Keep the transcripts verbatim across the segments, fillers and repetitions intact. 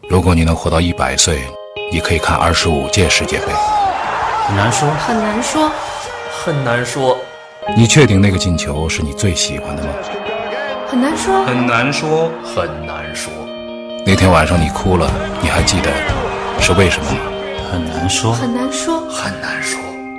如果你能活到一百岁，你可以看二十五届世界杯。 很难说， 很难说， 很难说。 你确定那个进球是你最喜欢的吗？ 很难说， 很难说，很难说。 那天晚上你哭了，你还记得是为什么吗？ 很难说， 很难说， 很难说。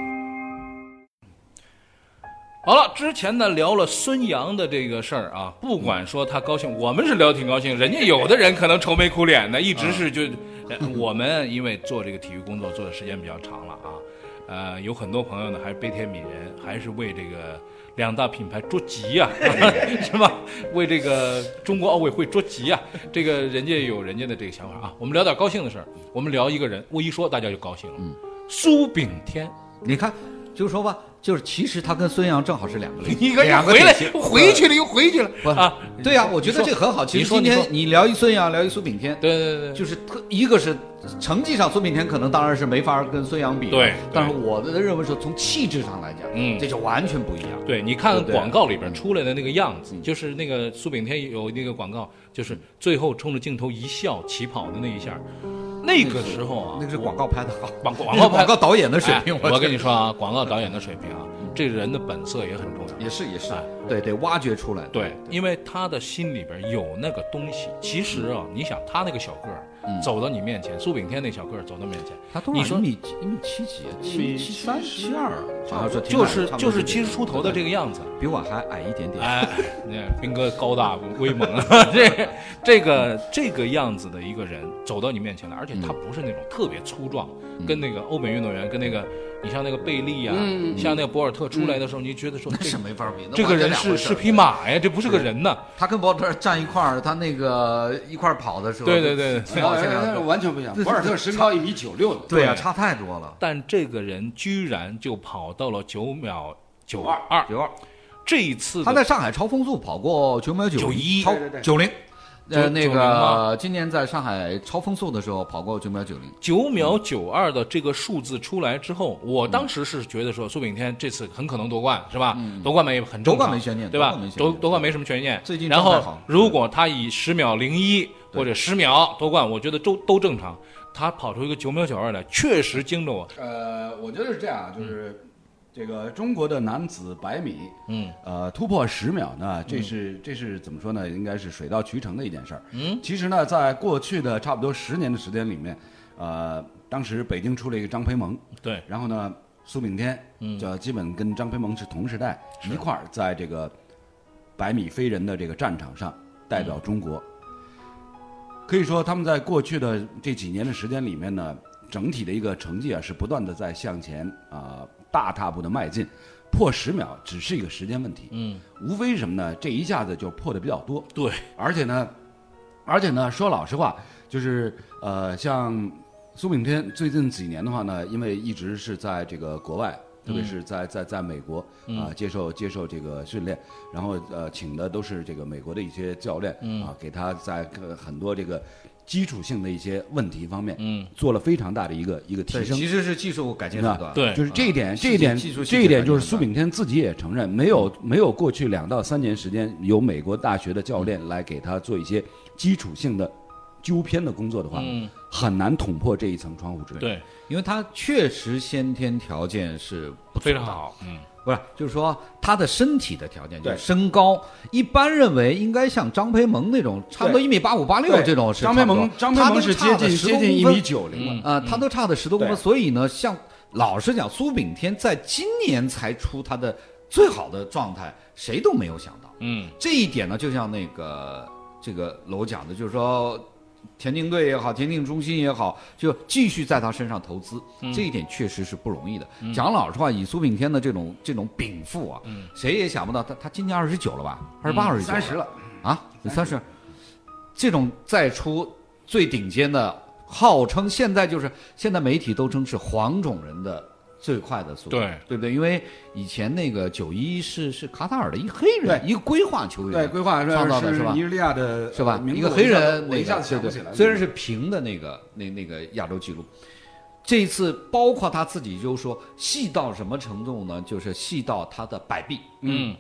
好了，之前呢聊了孙杨的这个事儿啊，不管说他高兴，我们是聊挺高兴，人家有的人可能愁眉苦脸的，一直是就，呃、我们因为做这个体育工作做的时间比较长了啊，呃，有很多朋友呢还是悲天悯人，还是为这个两大品牌着急啊，是吧？为这个中国奥委会着急啊，这个人家有人家的这个想法啊。我们聊点高兴的事儿，我们聊一个人，我一说大家就高兴了，嗯，苏炳添， 你看。就说吧，就是其实他跟孙杨正好是两个类型， 你两个回来回去了又回去了啊！ 对呀、啊，我觉得这很好。其实今天你聊一孙杨，聊一苏炳添， 对对对， 就是特一个是成绩上，苏炳添可能当然是没法跟孙杨比， 对。 但是我的认为说，从气质上来讲， 嗯， 这就完全不一样。 对，你看广告里边出来的那个样子，就是那个苏炳添有那个广告，就是最后冲着镜头一笑起跑的那一下。那个时候啊， 那个是广告拍的好， 广广告广告导演的水平。 哎、我跟你说啊，广告导演的水平啊，这人的本色也很重要， 也是也是，哎、对，得挖掘出来。 对，因为他的心里边有那个东西。其实啊，你想他那个小个儿、嗯、走到你面前，苏炳添那小个儿走到面前， 他多少？你说一米一米七几？七七三七二，好像说就是就是七十出头的这个样子， 比我还矮一点点。 哎，你看斌哥高大威猛，这这个这个样子的一个人走到你面前来，而且他不是那种特别粗壮，嗯、跟那个欧美运动员，跟那个你像那个贝利啊，嗯、像那个博尔特出来的时候，嗯、你觉得说那是没法比， 这个人是是匹马呀，这不是个人呐。 他跟博尔特站一块儿，他那个一块儿跑的时候， 对对对， 对完全不一样。博尔特身高一米九六， 对呀、啊，差太多了。 但这个人居然就跑到了九秒九二九二， 这一次他在上海超风速跑过九秒九一， 超九零。呃，那个今年在上海超风速的时候跑过九秒九零， 九秒九二的这个数字出来之后，我当时是觉得说苏炳添这次很可能夺冠，是吧？嗯、夺冠没很正常， 夺冠没悬念， 对吧？夺夺冠没什么悬念。 最近然后如果他以十秒零一或者十秒夺冠，我觉得都都正常。他跑出一个九秒九二来，确实惊着我。 呃，我觉得是这样，就是。嗯这个中国的男子百米， 嗯， 呃，突破十秒呢，这是、嗯、这是怎么说呢？应该是水到渠成的一件事儿。 嗯， 其实呢，在过去的差不多十年的时间里面，呃，当时北京出了一个张培萌， 对， 然后呢，苏炳添，嗯，就基本跟张培萌是同时代，一块儿在这个百米飞人的这个战场上代表中国。嗯、可以说，他们在过去的这几年的时间里面呢，整体的一个成绩啊，是不断的在向前啊。呃大踏步的迈进，破十秒只是一个时间问题。 嗯， 无非是什么呢？这一下子就破的比较多。 对， 而且呢，而且呢，说老实话，就是呃，像苏炳添最近几年的话呢，因为一直是在这个国外，特别是在在在美国啊、呃、接受接受这个训练，然后呃请的都是这个美国的一些教练啊、 嗯呃，给他在很多这个。基础性的一些问题方面， 嗯， 做了非常大的一个一个提升， 其实是技术改进手段， 对， 就是这一点，这一点，这一点就是苏炳添自己也承认，没有没有过去两到三年时间，由美国大学的教练来给他做一些基础性的纠偏的工作的话， 嗯， 很难捅破这一层窗户纸。 对， 因为他确实先天条件是不非常好，嗯。 不是，就是说他的身体的条件，就是身高，一般认为应该像张培萌那种，差不多一米八五八六这种是。 张培萌，张培萌是接近接近一米九零了，啊，他都差的十多公分。所以呢，像老实讲，苏炳添在今年才出他的最好的状态，谁都没有想到。 嗯， 这一点呢，就像那个这个楼讲的，就是说。田径队也好，田径中心也好，就继续在他身上投资， 嗯、 这一点确实是不容易的。嗯、讲老实话，以苏炳添的这种这种禀赋啊， 嗯、 谁也想不到他他今年二十九了吧？二十八、二十九、 三十了啊？三十，这种再出最顶尖的，号称现在就是现在媒体都称是黄种人的。最快的速度， 对对不对？因为以前那个九一是是卡塔尔的一个黑人，一个规划球员， 对规划创造的是吧？ 尼日利亚的是吧？一个黑人， 我一下子想不起来。 虽然是平的那个那那个亚洲纪录，这一次包括他自己就说细到什么程度呢？就是细到他的摆臂， 嗯，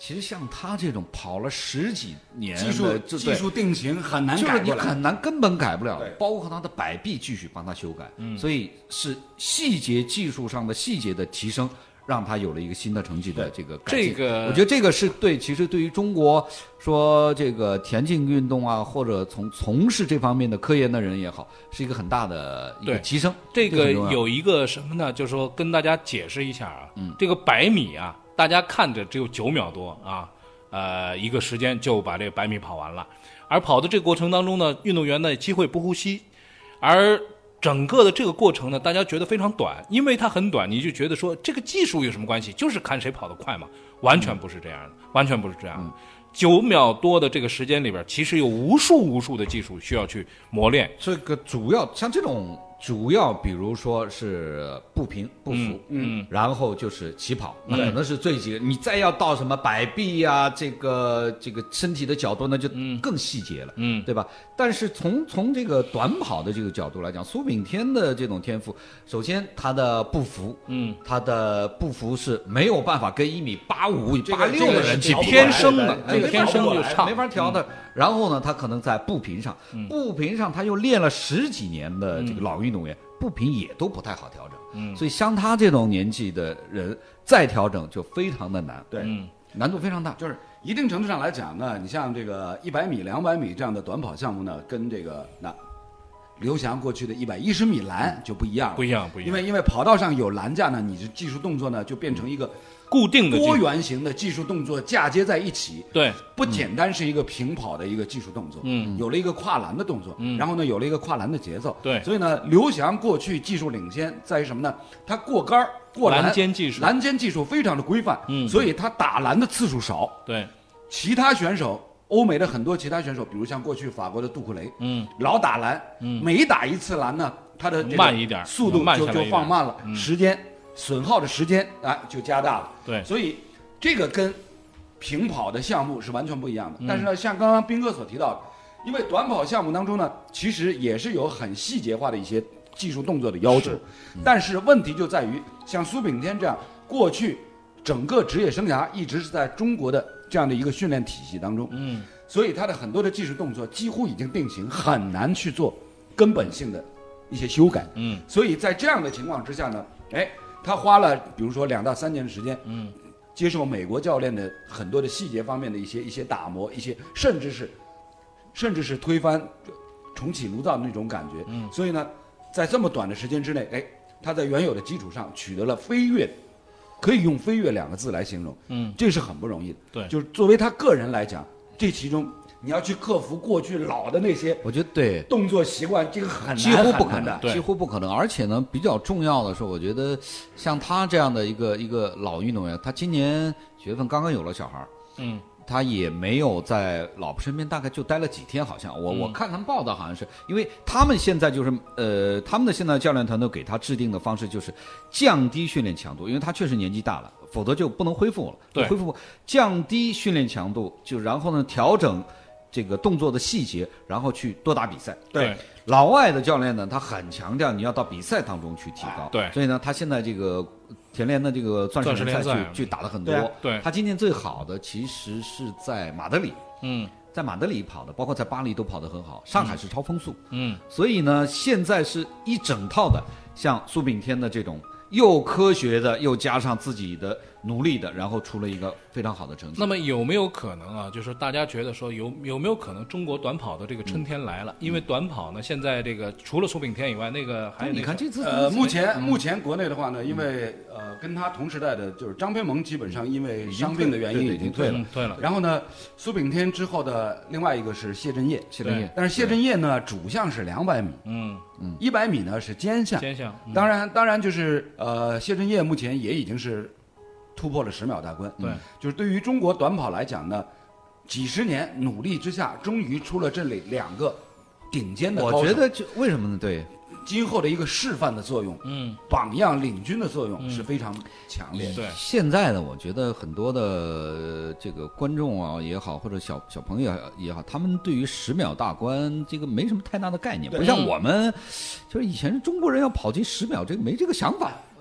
其实像他这种跑了十几年的技术这技术定型很难就是你改过来， 很难根本改不了对， 包括他的摆臂继续帮他修改，嗯，所以是细节技术上的细节的提升，让他有了一个新的成绩的这个改进。 这个我觉得这个是对，其实对于中国说这个田径运动啊，或者从从事这方面的科研的人也好，是一个很大的一个对提升。 这个很重要有一个什么呢？就是说跟大家解释一下啊，嗯，这个百米啊，大家看着只有九秒多啊，呃，一个时间就把这个百米跑完了，而跑的这个过程当中呢，运动员呢机会不呼吸，而整个的这个过程呢，大家觉得非常短，因为它很短，你就觉得说这个技术有什么关系？就是看谁跑得快嘛，完全不是这样的，完全不是这样的。九秒多的这个时间里边，其实有无数无数的技术需要去磨练。 这个主要像这种主要，比如说是步频、步幅， 嗯， 然后就是起跑，那可能是最极。你再要到什么摆臂呀、这个这个身体的角度，那就更细节了， 嗯， 对吧？但是从从这个短跑的这个角度来讲，苏炳添的这种天赋，首先他的步幅， 嗯， 他的步幅是没有办法跟一米八五、 这个八六的人这个去比， 天生的哎这个天生就差没法调的。然后呢，他可能在步频上，步频上他又练了十几年的这个老运动员，步频也都不太好调整。嗯，所以像他这种年纪的人再调整就非常的难， 对， 嗯， 难度非常大。 就是一定程度上来讲呢，你像这个一百米、两百米这样的短跑项目呢，跟这个那刘翔过去的一百一十米栏就不一样了， 不一样，不一样， 因为因为跑道上有栏架呢，你的技术动作呢就变成一个固定的技多元型的技术动作嫁接在一起， 对， 不简单是一个平跑的一个技术动作， 嗯， 有了一个跨栏的动作， 嗯， 然后呢有了一个跨栏的节奏， 对， 所以呢刘翔过去技术领先在于什么呢？他过杆儿过栏拦肩技术， 拦肩技术非常的规范， 嗯， 所以他打栏的次数少， 对， 其他选手。欧美的很多其他选手，比如像过去法国的杜库雷， 嗯， 老打栏， 嗯， 每打一次栏呢，他的慢一点， 速度就就放慢了， 嗯， 时间损耗的时间啊就加大了。 对， 所以这个跟平跑的项目是完全不一样的。 嗯， 但是呢，像刚刚斌哥所提到的，因为短跑项目当中呢，其实也是有很细节化的一些技术动作的要求， 嗯， 但是问题就在于，像苏炳添这样，过去整个职业生涯一直是在中国的这样的一个训练体系当中， 嗯， 所以他的很多的技术动作几乎已经定型，很难去做根本性的一些修改， 嗯， 所以在这样的情况之下呢，哎，他花了比如说两到三年的时间， 嗯， 接受美国教练的很多的细节方面的一些一些打磨，一些甚至是甚至是推翻、重启炉灶的那种感觉， 嗯， 所以呢，在这么短的时间之内，哎，他在原有的基础上取得了飞跃。可以用飞跃两个字来形容， 嗯， 这是很不容易的。 对， 就是作为他个人来讲，这其中你要去克服过去老的那些， 我觉得对动作习惯，这个很难， 几乎不可很难能，几乎不可能。而且呢，比较重要的是，我觉得像他这样的一个一个老运动员，他今年几月份刚刚有了小孩， 嗯。 他也没有在老婆身边，大概就待了几天，好像我、嗯、我看他们报道，好像是因为他们现在就是呃，他们的现在教练团队给他制定的方式就是降低训练强度，因为他确实年纪大了，否则就不能恢复了。 对， 恢复降低训练强度，就然后呢调整这个动作的细节，然后去多打比赛。 对， 老外的教练呢，他很强调你要到比赛当中去提高。 对， 所以呢，他现在这个。田联的这个钻石联赛去去打的很多， 对， 他今年最好的其实是在马德里， 嗯， 在马德里跑的，包括在巴黎都跑得很好，上海是超风速， 嗯， 所以呢，现在是一整套的，像苏炳添的这种又科学的，又加上自己的努力的，然后出了一个非常好的成绩。 那么有没有可能啊？就是大家觉得说有有没有可能中国短跑的这个春天来了？嗯、因为短跑呢，现在这个除了苏炳添以外，那个还有、那个、 你看这次呃，目前、嗯、目前国内的话呢，因为呃跟他同时代的就是张培萌，基本上因为伤病的原因已经退了， 嗯、退了。 然后呢，苏炳添之后的另外一个是谢震业， 谢震业， 但是谢震业呢主项是两百米， 嗯嗯，一百米呢是肩项， 肩项。嗯、 当然当然就是呃谢震业目前也已经是。突破了十秒大关， 对， 就是对于中国短跑来讲呢，几十年努力之下，终于出了这里两个顶尖的高手。 我觉得就为什么呢？对， 今后的一个示范的作用， 嗯， 榜样领军的作用是非常强烈的。 对， 现在呢，我觉得很多的这个观众啊也好，或者小小朋友也好，他们对于十秒大关这个没什么太大的概念，不像我们，就是以前中国人要跑进十秒，这个没这个想法。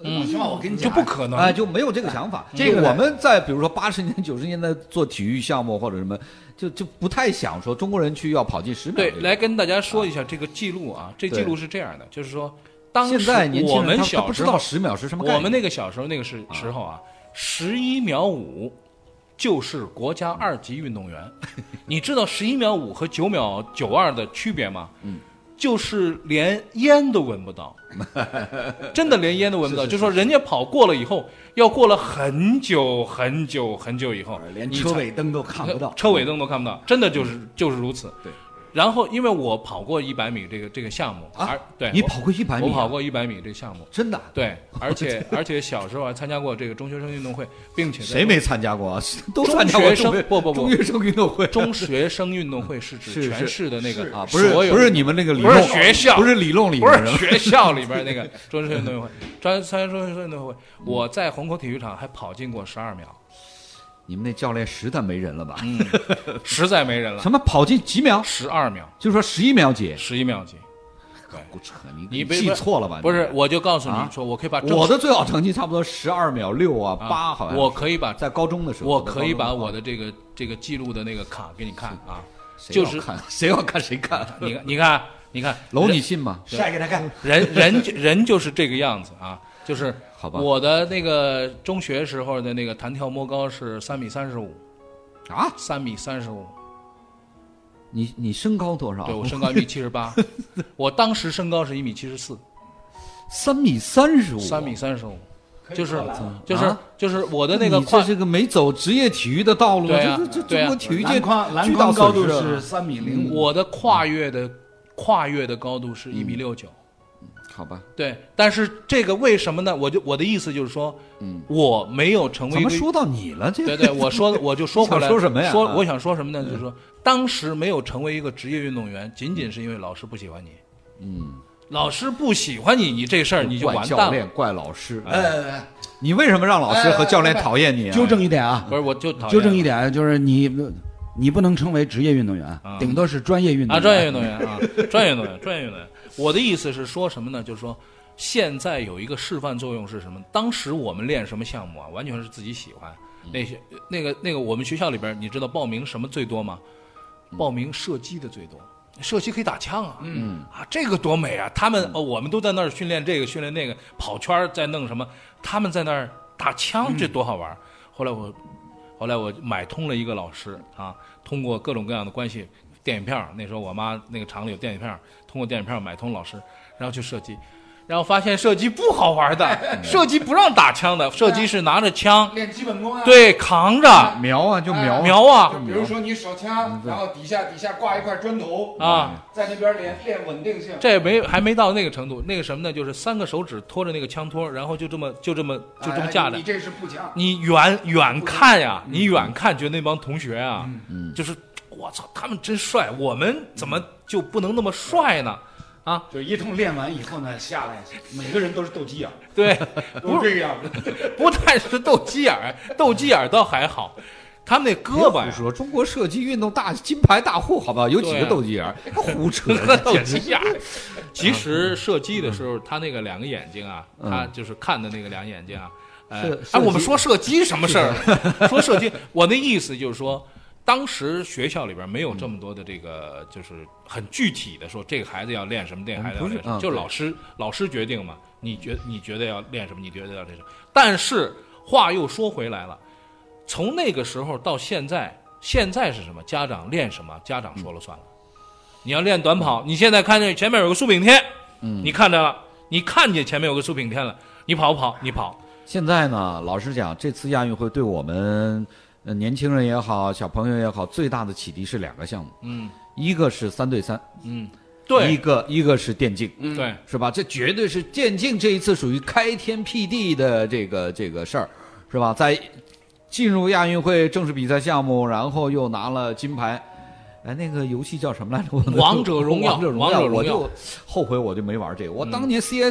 嗯，行吧，我跟你就讲， 不可能， 哎，就没有这个想法。 这个我们在比如说八十年、九十年代做体育项目或者什么，就就不太想说中国人去要跑进十秒。 对，来跟大家说一下这个记录啊，这记录是这样的，就是说，当时现在年轻我们人他小时候不知道十秒是什么概念。 我们那个小时候那个时时候啊，十一秒五就是国家二级运动员。你知道十一秒五和九秒九二的区别吗？嗯。就是连烟都闻不到，真的连烟都闻不到。就说人家跑过了以后，要过了很久很久很久以后， 连车尾灯都看不到， 车尾灯都看不到，真的就是就是如此。 对。 然后，因为我跑过一百米这个这个项目， 啊而对你跑过一百米、啊， 我跑过一百米这个项目， 真的。 对，而且而且小时候还参加过这个中学生运动会，并且谁没参加过啊？都参加过中学生不不不中学生运动会。 中学生运动会是指全市的那个啊，不是不是你们那个里不是学校， 不是里弄里不是学校里边那个中学生运动会，专参加中学生运动会，我在虹口体育场还跑进过十二秒。 你们那教练实在没人了吧？ 嗯，实在没人了。 什么跑进几秒？ 十二秒， 就是说十一秒几， 十一秒几。 胡扯，你你记错了吧？ 不是，我就告诉你说，我可以把我的最好成绩差不多十二秒六啊八，好像。 我可以把在高中的时候， 我可以把我的这个这个记录的那个卡给你看啊， 就是谁要看谁看。 你你看你看， 楼你信吗？ 晒给他看。 人人人就是这个样子啊。就是好吧， 我的那个中学时候的那个弹跳摸高是三米三十五， 啊， 三米三十五。 你你身高多少？ 对，我身高一米七十八，我当时身高是一米七十四， 三米三十五， 三米三十五，就是就是、啊、就是我的那个跨，这是个没走职业体育的道路， 对啊， 这这中国体育界篮筐高度是三米零五， 我的跨越的跨越的高度是一米六九。 好吧， 对，但是这个为什么呢？我就我的意思就是说，嗯，我没有成为怎么说到你了？这对对，我说我就说回来， 说什么呀？ 说我想说什么呢？就是说，当时没有成为一个职业运动员，仅仅是因为老师不喜欢你。 嗯， 老师不喜欢你，你这事儿你就完蛋了。 怪教练，怪老师。哎，你为什么让老师和教练讨厌你？ 纠正一点啊， 不是，我就讨厌纠正一点，就是你。你不能成为职业运动员， 啊、 顶多是专业运动员啊，专业运动员啊，专业运动员，专业运动员。我的意思是说什么呢？就是说，现在有一个示范作用是什么？当时我们练什么项目啊，完全是自己喜欢。那些那个那个，我们学校里边，你知道报名什么最多吗？报名射击的最多，射击可以打枪啊，嗯啊，这个多美啊！他们哦，我们都在那儿训练这个，训练那个，跑圈在弄什么？他们在那儿打枪，这多好玩！后来我。后来我买通了一个老师啊，通过各种各样的关系，电影票，那时候我妈那个厂里有电影票，通过电影票买通老师，然后去射击，然后发现射击不好玩的，射击不让打枪的，射击是拿着枪练基本功啊， 对，扛着瞄啊，就瞄瞄啊， 比如说你手枪，然后底下底下挂一块砖头啊， 在那边练练稳定性， 这没还没到那个程度，那个什么呢？就是三个手指托着那个枪托，然后就这么就这么就这么架着， 你这是步枪， 你远远看呀，你远看觉得那帮同学啊，就是我操，他们真帅，我们怎么就不能那么帅呢？啊， 就一通练完以后呢，下来每个人都是斗鸡眼， 对， 都是这个样子。 不但是斗鸡眼，斗鸡眼倒还好，他们那胳膊呀， 说中国射击运动大金牌大户，好不好？有几个斗鸡眼？胡扯， 斗鸡眼。其实射击的时候，他那个两个眼睛啊，他就是看的那个两眼睛啊，呃，哎，我们说射击什么事儿？说射击，我那意思就是说。当时学校里边没有这么多的这个，就是很具体的说，这个孩子要练什么，这个孩子要练什么，就是老师老师决定嘛。你觉你觉得要练什么，你觉得要练什么。但是话又说回来了，从那个时候到现在，现在是什么？家长练什么，家长说了算了。你要练短跑，你现在看见前面有个苏炳添，嗯，你看着了，你看见前面有个苏炳添了，你跑不跑？你跑。 现在呢，老实讲，这次亚运会对我们。呃，年轻人也好，小朋友也好，最大的启迪是两个项目，嗯，一个是三对三， 嗯，对， 一个一个是电竞， 嗯，对， 是吧？这绝对是电竞这一次属于开天辟地的这个这个事儿，是吧？在进入亚运会正式比赛项目，然后又拿了金牌，哎，那个游戏叫什么来着？ 王者荣耀， 王者荣耀，我就后悔我就没玩这个。我当年 C S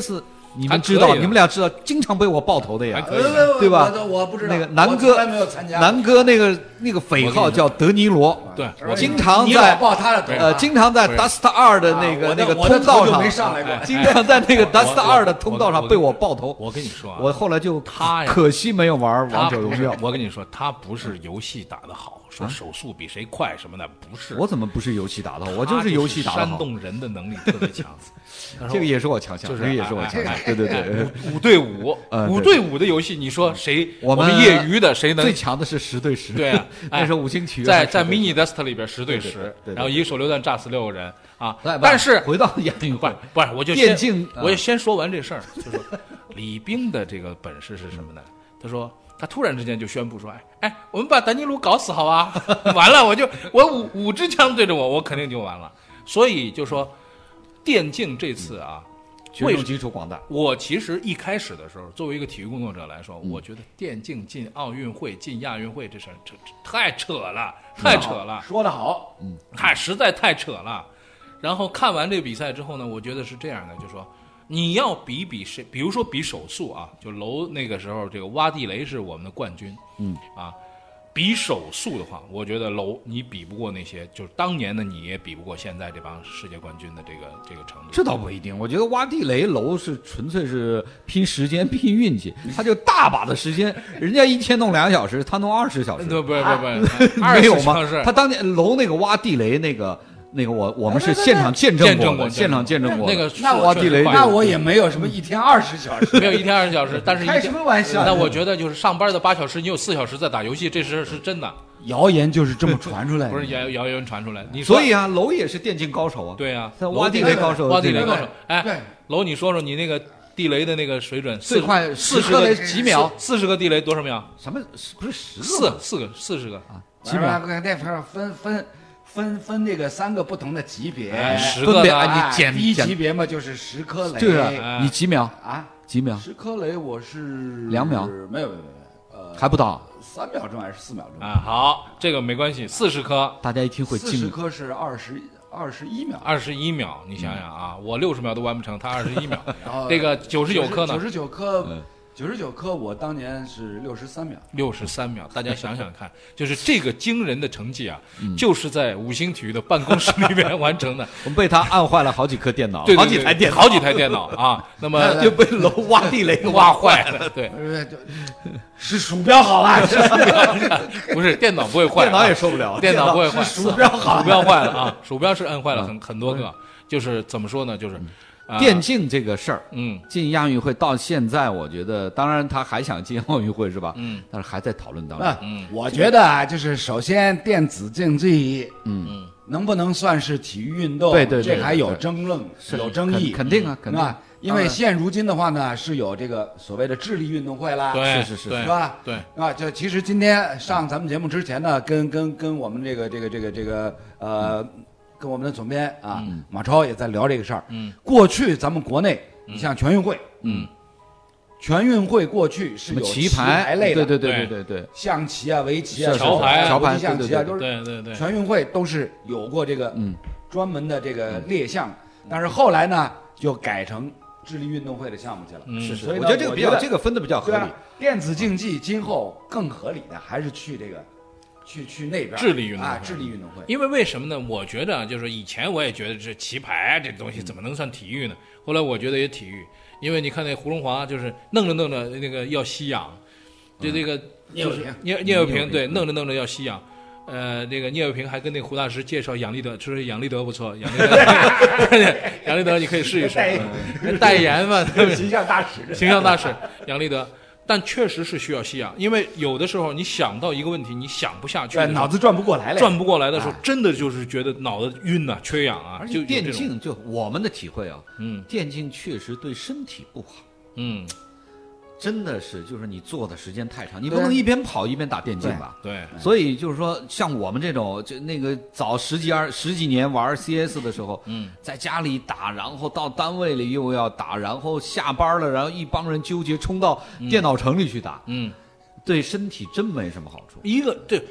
你们知道， 还可以的你们俩知道，经常被我爆头的呀还，可以呃对吧我我不知道， 那个南我哥从来没有参加过。 南哥那个那个匪号叫德尼罗， 对， 我经常你老在报他的头啊， 呃，经常在不是 Dust 二的那个啊我的那个我的头就通道上没上来过。 经常在那个 Dust 我二的通道上我被我爆头。 我跟你说啊， 我后来就他呀可惜没有玩他王者荣耀不是。我跟你说，他不是游戏打得好，说手速比谁快什么的，不是。 我怎么不是游戏打得好？我他就是游戏打得好。 煽动人的能力特别强。 这个也是我强项， 就是这个也是我强项。对对对， 五对五呃， 五对五的游戏，你说谁？ 我们们业余的谁能最强的是十对十。 对啊， 那时候五星体育在在还是十对 mini dust 里边十对十对对对，对然后一个手榴弹炸死六个人啊对。 但是回到亚运会不是，不是，我就先电竞啊我也先说完这事儿，就说李冰的这个本事是什么呢？他说他突然之间就宣布说，哎哎，我们把丹尼鲁搞死好吧？完了，我就我五五支枪对着我，我肯定就完了。所以就说电竞这次啊。 群众基础广大。 我其实一开始的时候，作为一个体育工作者来说，我觉得电竞进奥运会、进亚运会这事儿，这这太扯了，太扯了， 说得好， 太实在太扯了。然后看完这个比赛之后呢，我觉得是这样的，就说你要比比谁，比如说比手速啊，就楼那个时候这个洼地雷是我们的冠军， 嗯啊。比手速的话，我觉得楼你比不过那些，就是当年的你也比不过现在这帮世界冠军的这个这个程度。 这倒不一定，我觉得挖地雷楼是纯粹是拼时间、拼运气，他就大把的时间，人家一天弄两个小时，他弄二十小时， 不不不不， 没有吗二十小时？ 他当年楼那个挖地雷那个那个我我们是现场见证见证过过的，现场见证过的那个那挖地雷， 那我也没有什么一天二十小时， 没有一天二十小时，但是一开天什么玩笑？ 那我觉得就是上班的八小时，你有四小时在打游戏，这是是真的， 谣言就是这么传出来的， 不是谣谣言传出来。你说所以啊，楼也是电竞高手啊， 对啊， 他挖地雷高手， 挖地雷高手。 对哎，楼，你说说你那个地雷的那个水准， 最快四十十颗雷个几秒？ 四十个地雷多少秒？ 什么不是十个吗？ 四四个四十个啊， 几秒？ 那分分分分这个三个不同的级别， 哎十个的分别哎哎你减第一减级别嘛就是十颗雷， 对哎啊，你几秒？ 啊， 几秒？ 十颗雷我是两秒没有没有没有，呃， 还不到。 三秒钟还是四秒钟？ 啊，好，这个没关系，四十颗， 大家一听会四十惊， 颗是二十二十一秒， 二十一秒，你想想啊，我六十秒都完不成，他二十一秒， 然后这个九十九颗呢九？十九颗嗯， 九十九颗我当年是六十三秒。 六十三秒，大家想想看，就是这个惊人的成绩啊， 嗯就是在五星体育的办公室里面完成的， 我们被他按坏了好几颗电脑， 对，对好几台电脑， 好几台电脑啊，那么就被楼挖地雷挖坏了，对， 呃，就是鼠标好了，是不是电脑不会坏， 电脑也受不了， 电脑不会坏， 是鼠标好鼠标坏了啊，鼠标是摁坏了很很多个，就是怎么说呢，就是啊电竞这个事儿， 嗯进亚运会到现在，我觉得，当然他还想进奥运会是吧？ 嗯， 但是还在讨论当中。 啊，我觉得啊，就是首先电子竞技， 嗯， 能不能算是体育运动？ 对对对这还有对争论， 是有争议， 肯肯定啊肯定是吧？因为现如今的话呢，是有这个所谓的智力运动会啦， 对， 是是是对是吧？ 对， 啊，就其实今天上咱们节目之前呢，跟跟跟我们这个这个这个这个呃，跟我们的总编啊马超也在聊这个事儿。 嗯， 过去咱们国内，你像全运会， 嗯， 全运会过去是什么有棋牌类的， 对对对对对对对， 象棋啊、围棋啊、 是桥牌啊国际桥牌象棋啊， 对对对都是对对对， 全运会都是有过这个嗯专门的这个列项，但是后来呢就改成智力运动会的项目去了。 嗯是是， 所以呢我觉得这个比较我觉得这个分的比较合理对啊。，电子竞技今后更合理的还是去这个，去去那边智力运动会啊，智力运动会。 因为为什么呢？我觉得啊，就是以前我也觉得这棋牌啊这东西怎么能算体育呢？后来我觉得也体育，因为你看那胡荣华就是弄着弄着那个要吸氧，就这个就是聂卫平聂聂卫平聂卫平对弄着弄着要吸氧。呃，那个聂卫平还跟那个胡大师介绍养力德，说养力德不错，养力德，养力德你可以试一试，嗯代言嘛，对不对？ 形象大使， 形象大使杨立德，但确实是需要吸氧，因为有的时候你想到一个问题，你想不下去的对， 时候， 脑子转不过来了， 转不过来的时候哎， 真的就是觉得脑子晕呐、缺氧啊， 而且就有这种， 电竞就我们的体会啊， 嗯电竞确实对身体不好， 嗯， 真的是就是你坐的时间太长，你不能一边跑一边打电竞吧？ 对， 所以就是说，像我们这种，就那个早十几二十几年玩 C S 的时候， 嗯， 在家里打，然后到单位里又要打，然后下班了，然后一帮人纠结冲到电脑城里去打， 嗯， 对身体真没什么好处。 一个对。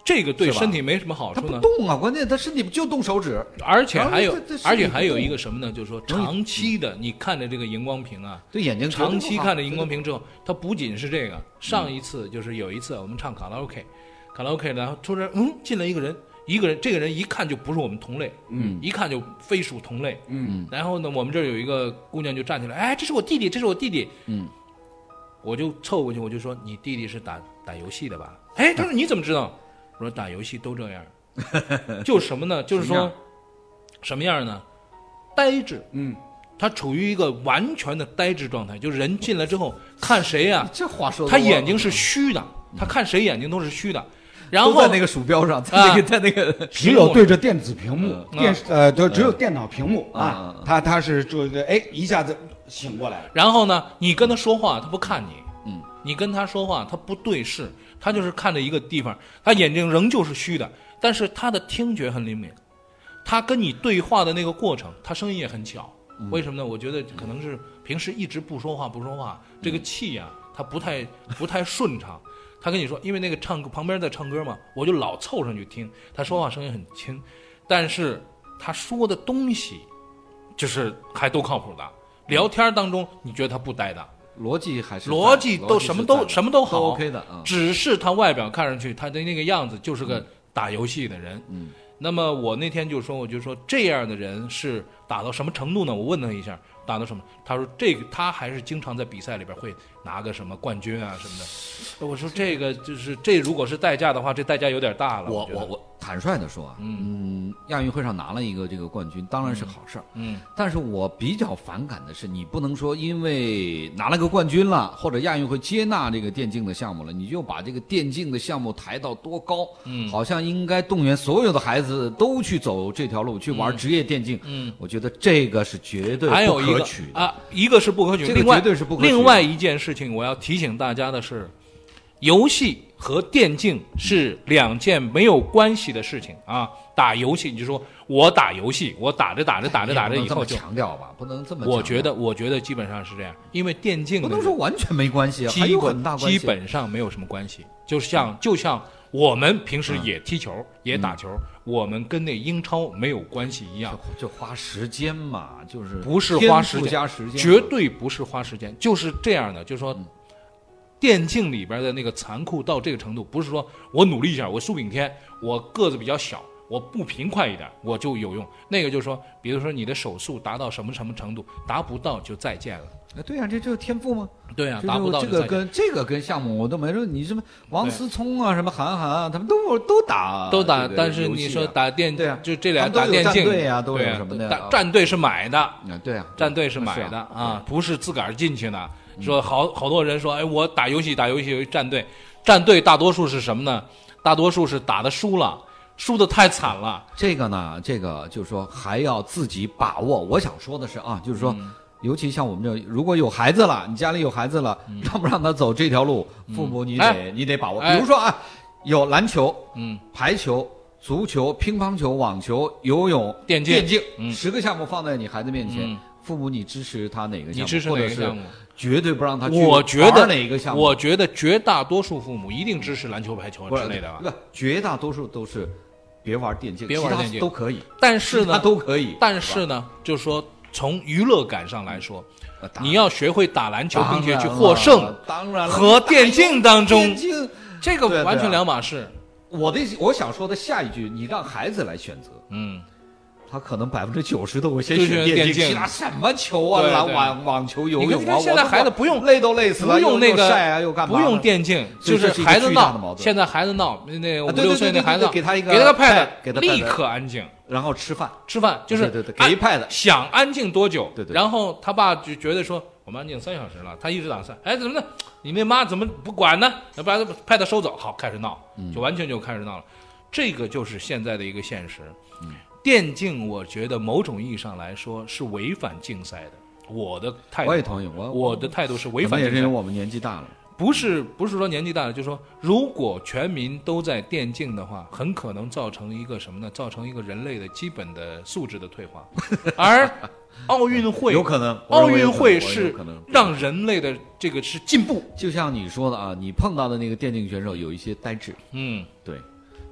这个对是吧身体没什么好他不处呢。 动啊，关键他身体就动手指， 而且还有然后这这， 而且身体不动还有一个什么呢？就是说长期的你看着这个荧光屏啊， 对眼睛绝对不好长期看着荧光屏之后，它不仅是这个，上一次就是有一次我们唱卡拉 OK， 卡拉 OK， 然后突然嗯进来一个人，一个人这个人一看就不是我们同类， 嗯， 一看就非属同类， 嗯， 然后呢，我们这儿有一个姑娘就站起来，哎，这是我弟弟，这是我弟弟， 嗯， 我就凑过去，我就说你弟弟是打打游戏的吧？哎，他说你怎么知道？我说打游戏都这样，就什么呢？就是说什么样什么样呢？呆滞， 嗯， 他处于一个完全的呆滞状态，就是人进来之后看谁呀、 这话说的他眼睛是虚的，他看谁眼睛都是虚的，然后都在那个鼠标上，在那个在那个只有对着电子屏幕、 嗯电视呃，就只有电脑屏幕嗯啊嗯， 他他是这个哎一下子醒过来了， 然后呢，你跟他说话，他不看你， 嗯， 你跟他说话，他不对视，他就是看着一个地方，他眼睛仍旧是虚的，但是他的听觉很灵敏，他跟你对话的那个过程，他声音也很巧。为什么呢？我觉得可能是平时一直不说话不说话，这个气呀、他不太不太顺畅。他跟你说，因为那个唱歌旁边在唱歌嘛，我就老凑上去听，他说话声音很轻，但是他说的东西就是还都靠谱的。聊天当中，你觉得他不呆的， 逻辑还是逻辑都是什么都在的什么都好都 OK 的啊。 只是他外表看上去他的那个样子就是个打游戏的人。 嗯， 那么我那天就说，我就说这样的人是打到什么程度呢？我问他一下，打到什么？他说这个他还是经常在比赛里边会拿个什么冠军啊什么的。我说这个就是这如果是代价的话，这代价有点大了。觉得我我我坦率的说啊，嗯，亚运会上拿了一个这个冠军，当然是好事儿。 嗯， 但是我比较反感的是，你不能说因为拿了个冠军了，或者亚运会接纳这个电竞的项目了，你就把这个电竞的项目抬到多高？ 嗯好像应该动员所有的孩子都去走这条路，去玩职业电竞。 嗯， 我觉得这个是绝对还有一个不可取的。 啊，一个是不可取， 这个另外绝对是不可取的另外一件事情，我要提醒大家的是，游戏和电竞是两件没有关系的事情啊。打游戏，你就说我打游戏，我打着打着打着打着以后就， 也不能这么强调吧，不能这么强调。 我觉得我觉得基本上是这样，因为电竞不的能说完全没关系啊，还基有很本大关系。 基本上没有什么关系，就像就像我们平时也踢球、也打球，我们跟那英超没有关系一样， 就花时间嘛，就是不是花时天赋间加时间， 绝对不是花时间，就是这样的，就是说。电竞里边的那个残酷到这个程度，不是说我努力一下，我苏炳添，我个子比较小，我步频快一点，我就有用。那个就是说，比如说你的手速达到什么什么程度，达不到就再见了。 哎，对呀、啊，这就是天赋吗？ 对啊， 这达不到这个就再见。 跟这个跟项目我都没说，你什么王思聪啊，什么韩寒啊，他们都都打都打， 这个但是游戏啊你说打电， 对啊就这俩他们都有打电竞， 战队啊都有对啊什么的啊打战队是买的， 啊，对啊， 战队是买是的啊啊，不是自个儿进去的。说好好多人说，哎，我打游戏打游戏有一战队，战队大多数是什么呢？大多数是打的输了，输的太惨了。 这个呢，这个就是说还要自己把握。我想说的是啊，就是说。 嗯尤其像我们这，如果有孩子了，你家里有孩子了，让不让他走这条路，父母你得、 哎你得把握。 哎比如说啊，有篮球、 嗯， 排球、足球、乒乓球、网球、游泳、 电竞电竞， 嗯十个项目放在你孩子面前， 嗯父母你支持他哪个项目？ 你支持或者是哪个项目？ 绝对不让他去我觉玩得哪一个项目？ 我觉得绝大多数父母一定支持篮球、排球不是之类的吧。 不，绝大多数都是别玩电竞，其他别玩电竞都可以， 但是呢， 其他都可以。 但是呢，就是说从娱乐感上来说， 呃你要学会打篮球，并且去当然获胜了，当然了， 和电竞当中电竞， 这个对啊完全对啊两码事。 我的我想说的下一句，你让孩子来选择， 嗯， 他可能百分之九十都会先就选电竞， 选电竞其他什么球啊、篮对对网、网球、游你泳啊， 看现在我都孩子不用累都累死了， 不用那个又又晒啊，又干嘛不呢？ 用电竞，就所以这是一个孩子巨大的闹。 矛盾现在孩子闹，那五啊对对六岁对对那孩子闹， 对给他一个给他个 pad， pad， 给他 pad 立刻安静。 然后吃饭， 吃饭就是对对对给一 pad 想安静多久？ 对对然后他爸就觉得说，我们安静三小时了，他一直打赛，哎，怎么的？你那妈怎么不管呢？要把 pad 收走，好，开始闹， 嗯就完全就开始闹了。这个就是现在的一个现实。电竞，我觉得某种意义上来说是违反竞赛的。我的态度， 我也同意，我我的态度是违可能反竞赛。 也是因为我们年纪大了， 不是不是说年纪大了，就是说，如果全民都在电竞的话，很可能造成一个什么呢？造成一个人类的基本的素质的退化。而奥运会有可能奥运会我有是可能让人类的这个是进步。 就像你说的啊，你碰到的那个电竞选手有一些呆滞， 嗯， 对，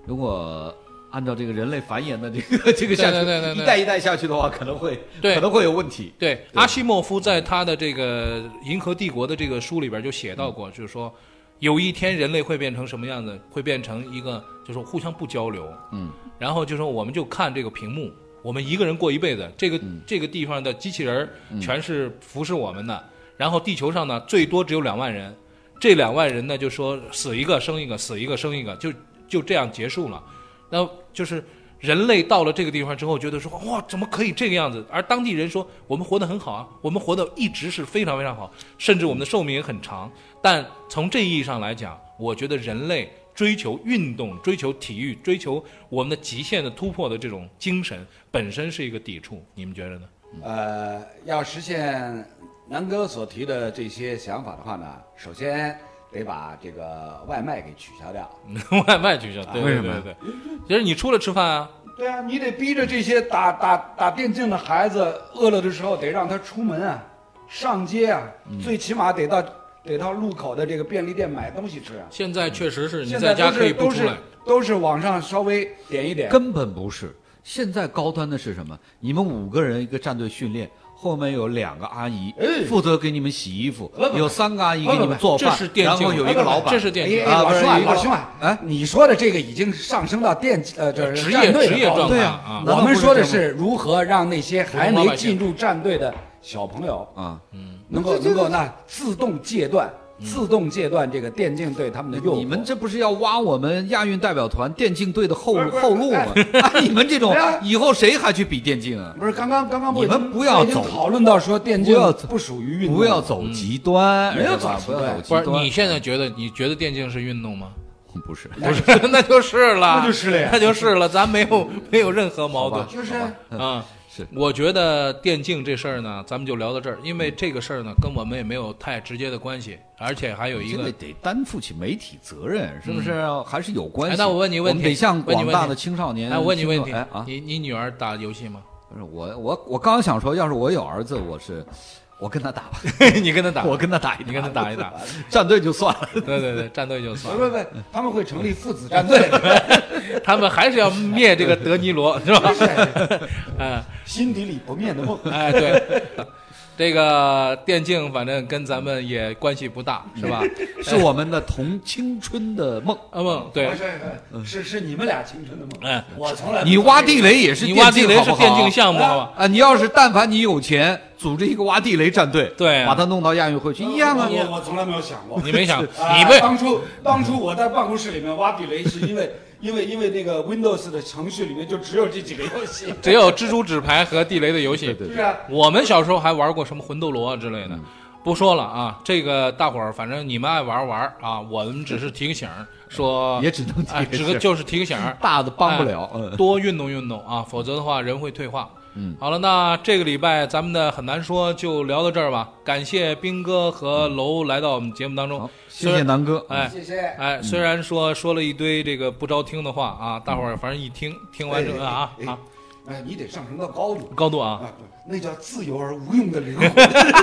如果按照这个人类繁衍的这个这个下去， 对对对对对一代一代下去的话，可能会对可能会有问题。 对，阿西莫夫在他的这个《银河帝国》的这个书里边就写到过，就是说，有一天人类会变成什么样子？会变成一个，就是互相不交流， 嗯， 然后就说我们就看这个屏幕，我们一个人过一辈子，这个、 嗯、 这个地方的机器人全是服侍我们的，嗯、然后地球上呢最多只有两万人，这两万人呢就说死一个生一个，死一个生一个，就就这样结束了。那就是人类到了这个地方之后，觉得说哇，怎么可以这个样子？而当地人说，我们活得很好啊，我们活得一直是非常非常好，甚至我们的寿命也很长。但从这意义上来讲，我觉得人类追求运动、追求体育、追求我们的极限的突破的这种精神，本身是一个抵触。你们觉得呢？ 呃，要实现南哥所提的这些想法的话呢，首先得把这个外卖给取消掉。 外卖取消，对对对对，就是你出来吃饭啊。 对啊，你得逼着这些打打打电竞的孩子，饿了的时候得让他出门啊，上街啊，嗯、最起码得到得到路口的这个便利店买东西吃啊。 现在确实是你在家可以不出来，都是网上稍微点一点， 根本不是。现在高端的是什么？你们五个人一个战队训练。后面有两个阿姨负责给你们洗衣服，有三个阿姨给你们做饭，然后有一个老板， 这是电竞啊！老兄啊，老兄啊，哎，你说的这个已经上升到电呃，这职业职业状态啊。我们说的是如何让那些还没进入战队的小朋友啊，能够能够那自动戒断。自动戒断这个电竞队他们的诱惑。 你们这不是要挖我们亚运代表团电竞队的后后路吗？啊，你们这种以后谁还去比电竞啊？ 不是，刚刚刚刚你们不要走讨论到说电竞不属于运动， 不要走极端， 没有走极端。 不是，你现在觉得你觉得电竞是运动吗？ 不是， 不是，那就是了， 那就是了呀， 那就是了，咱没有没有任何矛盾， 就是啊。我觉得电竞这事儿呢，咱们就聊到这儿，因为这个事儿呢，跟我们也没有太直接的关系，而且还有一个得担负起媒体责任，是不是？嗯、还是有关系。 哎、那我问你问题， 得向广大的青少年。 哎，我问你问题， 哎啊， 你你女儿打游戏吗？ 不是我我我刚想说，要是我有儿子，我是。我跟他打吧， 你跟他打， 我跟他打一打， 你跟他打一打， 战队就算了。 对对对，战队就算了。 不不不，他们会成立父子战队， 他们还是要灭这个德尼罗，是吧？ 嗯，心底里不灭的梦。 哎，对。这个电竞反正跟咱们也关系不大，是吧？ 是我们的同青春的梦啊梦，对， 是是你们俩青春的梦。 哎， 我从来你挖地雷也是， 你挖地雷是电竞项目，好吧？ 啊，你要是但凡你有钱，组织一个挖地雷战队， 对， 把它弄到亚运会去一样啊。 我我从来没有想过， 你没想， 你被当初当初我在办公室里面挖地雷，是因为。因为因为那个 Windows 的程序里面就只有这几个游戏， 只有蜘蛛纸牌和地雷的游戏。 对对对， 我们小时候还玩过什么魂斗罗啊之类的，嗯、不说了啊。这个大伙儿反正你们爱玩玩啊，我们只是提个醒，说也只能提个哎，只个就是提个醒， 大的帮不了， 哎、多运动运动啊，否则的话人会退化。 嗯， 好了，那这个礼拜咱们的很难说就聊到这儿吧。感谢斌哥和楼来到我们节目当中， 谢谢南哥， 哎， 谢谢。 哎，虽然说说了一堆这个不着听的话啊，大伙儿反正一听听完之后啊啊， 哎，你得上升到高度， 高度啊， 那叫自由而无用的灵魂。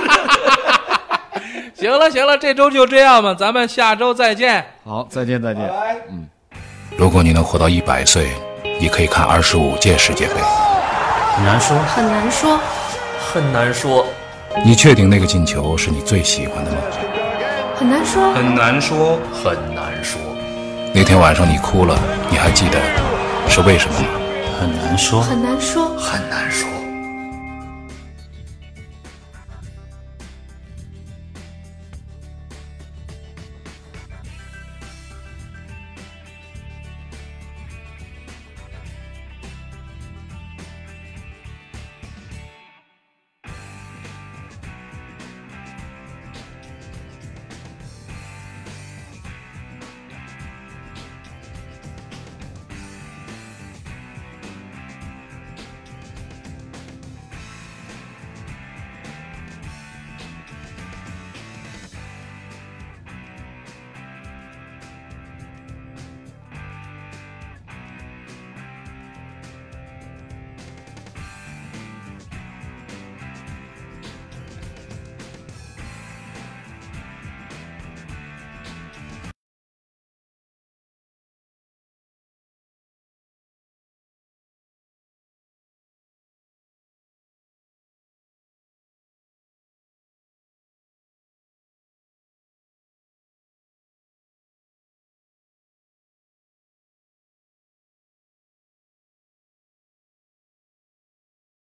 行了行了，这周就这样吧，咱们下周再见。 好，再见再见。 拜拜。 嗯， 如果你能活到一百岁，你可以看二十五届世界杯。 很难说， 很难说， 很难说。 你确定那个进球是你最喜欢的吗？ 很难说， 很难说，很难说。 那天晚上你哭了，你还记得是为什么吗？ 很难说， 很难说， 很难说。